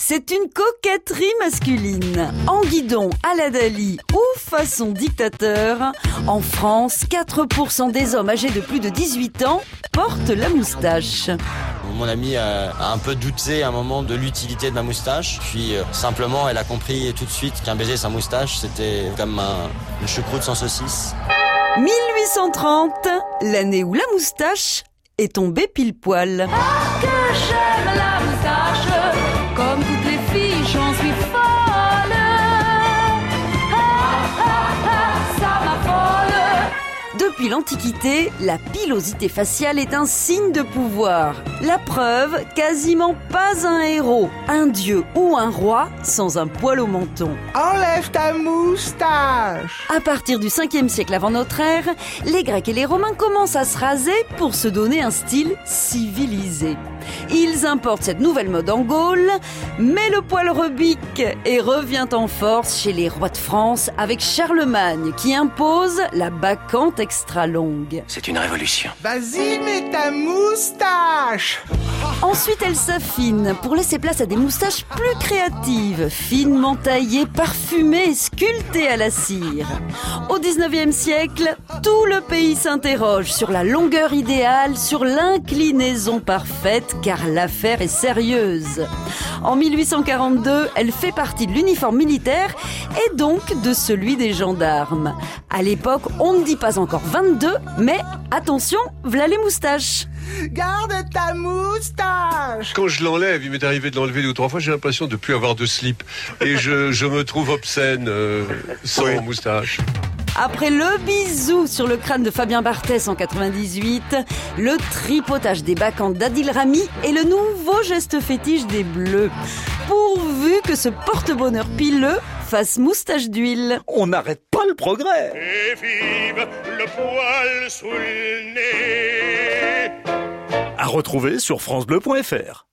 C'est une coquetterie masculine. En guidon, à la Dali ou façon dictateur, en France, 4% des hommes âgés de plus de 18 ans portent la moustache. Mon amie a un peu douté à un moment de l'utilité de ma moustache. Puis simplement, elle a compris tout de suite qu'un baiser sans moustache, c'était comme une choucroute sans saucisse. 1830, l'année où la moustache est tombée pile poil. Ah, que j'aime la moustache, comme toutes les filles, j'en suis folle. Ça m'affole. Depuis l'Antiquité, la pilosité faciale est un signe de pouvoir. La preuve, quasiment pas un héros, un dieu ou un roi sans un poil au menton. Enlève ta moustache! À partir du 5e siècle avant notre ère, les Grecs et les Romains commencent à se raser pour se donner un style civilisé. Ils importent cette nouvelle mode en Gaule, mais le poil rebique et revient en force chez les rois de France avec Charlemagne qui impose la bacchante extra longue. C'est une révolution. Vas-y, mets ta moustache! Ensuite, elle s'affine pour laisser place à des moustaches plus créatives, finement taillées, parfumées et sculptées à la cire. Au 19e siècle, tout le pays s'interroge sur la longueur idéale, sur l'inclinaison parfaite, car l'affaire est sérieuse. En 1842, elle fait partie de l'uniforme militaire et donc de celui des gendarmes. À l'époque, on ne dit pas encore 22, mais attention, v'là les moustaches. Garde ta moustache! Quand je l'enlève, il m'est arrivé de l'enlever 2 ou 3 fois, j'ai l'impression de plus avoir de slip. Et je me trouve obscène sans moustache. Après le bisou sur le crâne de Fabien Barthès en 98, le tripotage des bacchantes d'Adil Rami et le nouveau geste fétiche des Bleus. Pourvu que ce porte-bonheur pileux fasse moustache d'huile. On n'arrête pas le progrès. Et vive le poil sous le nez. À retrouver sur francebleu.fr.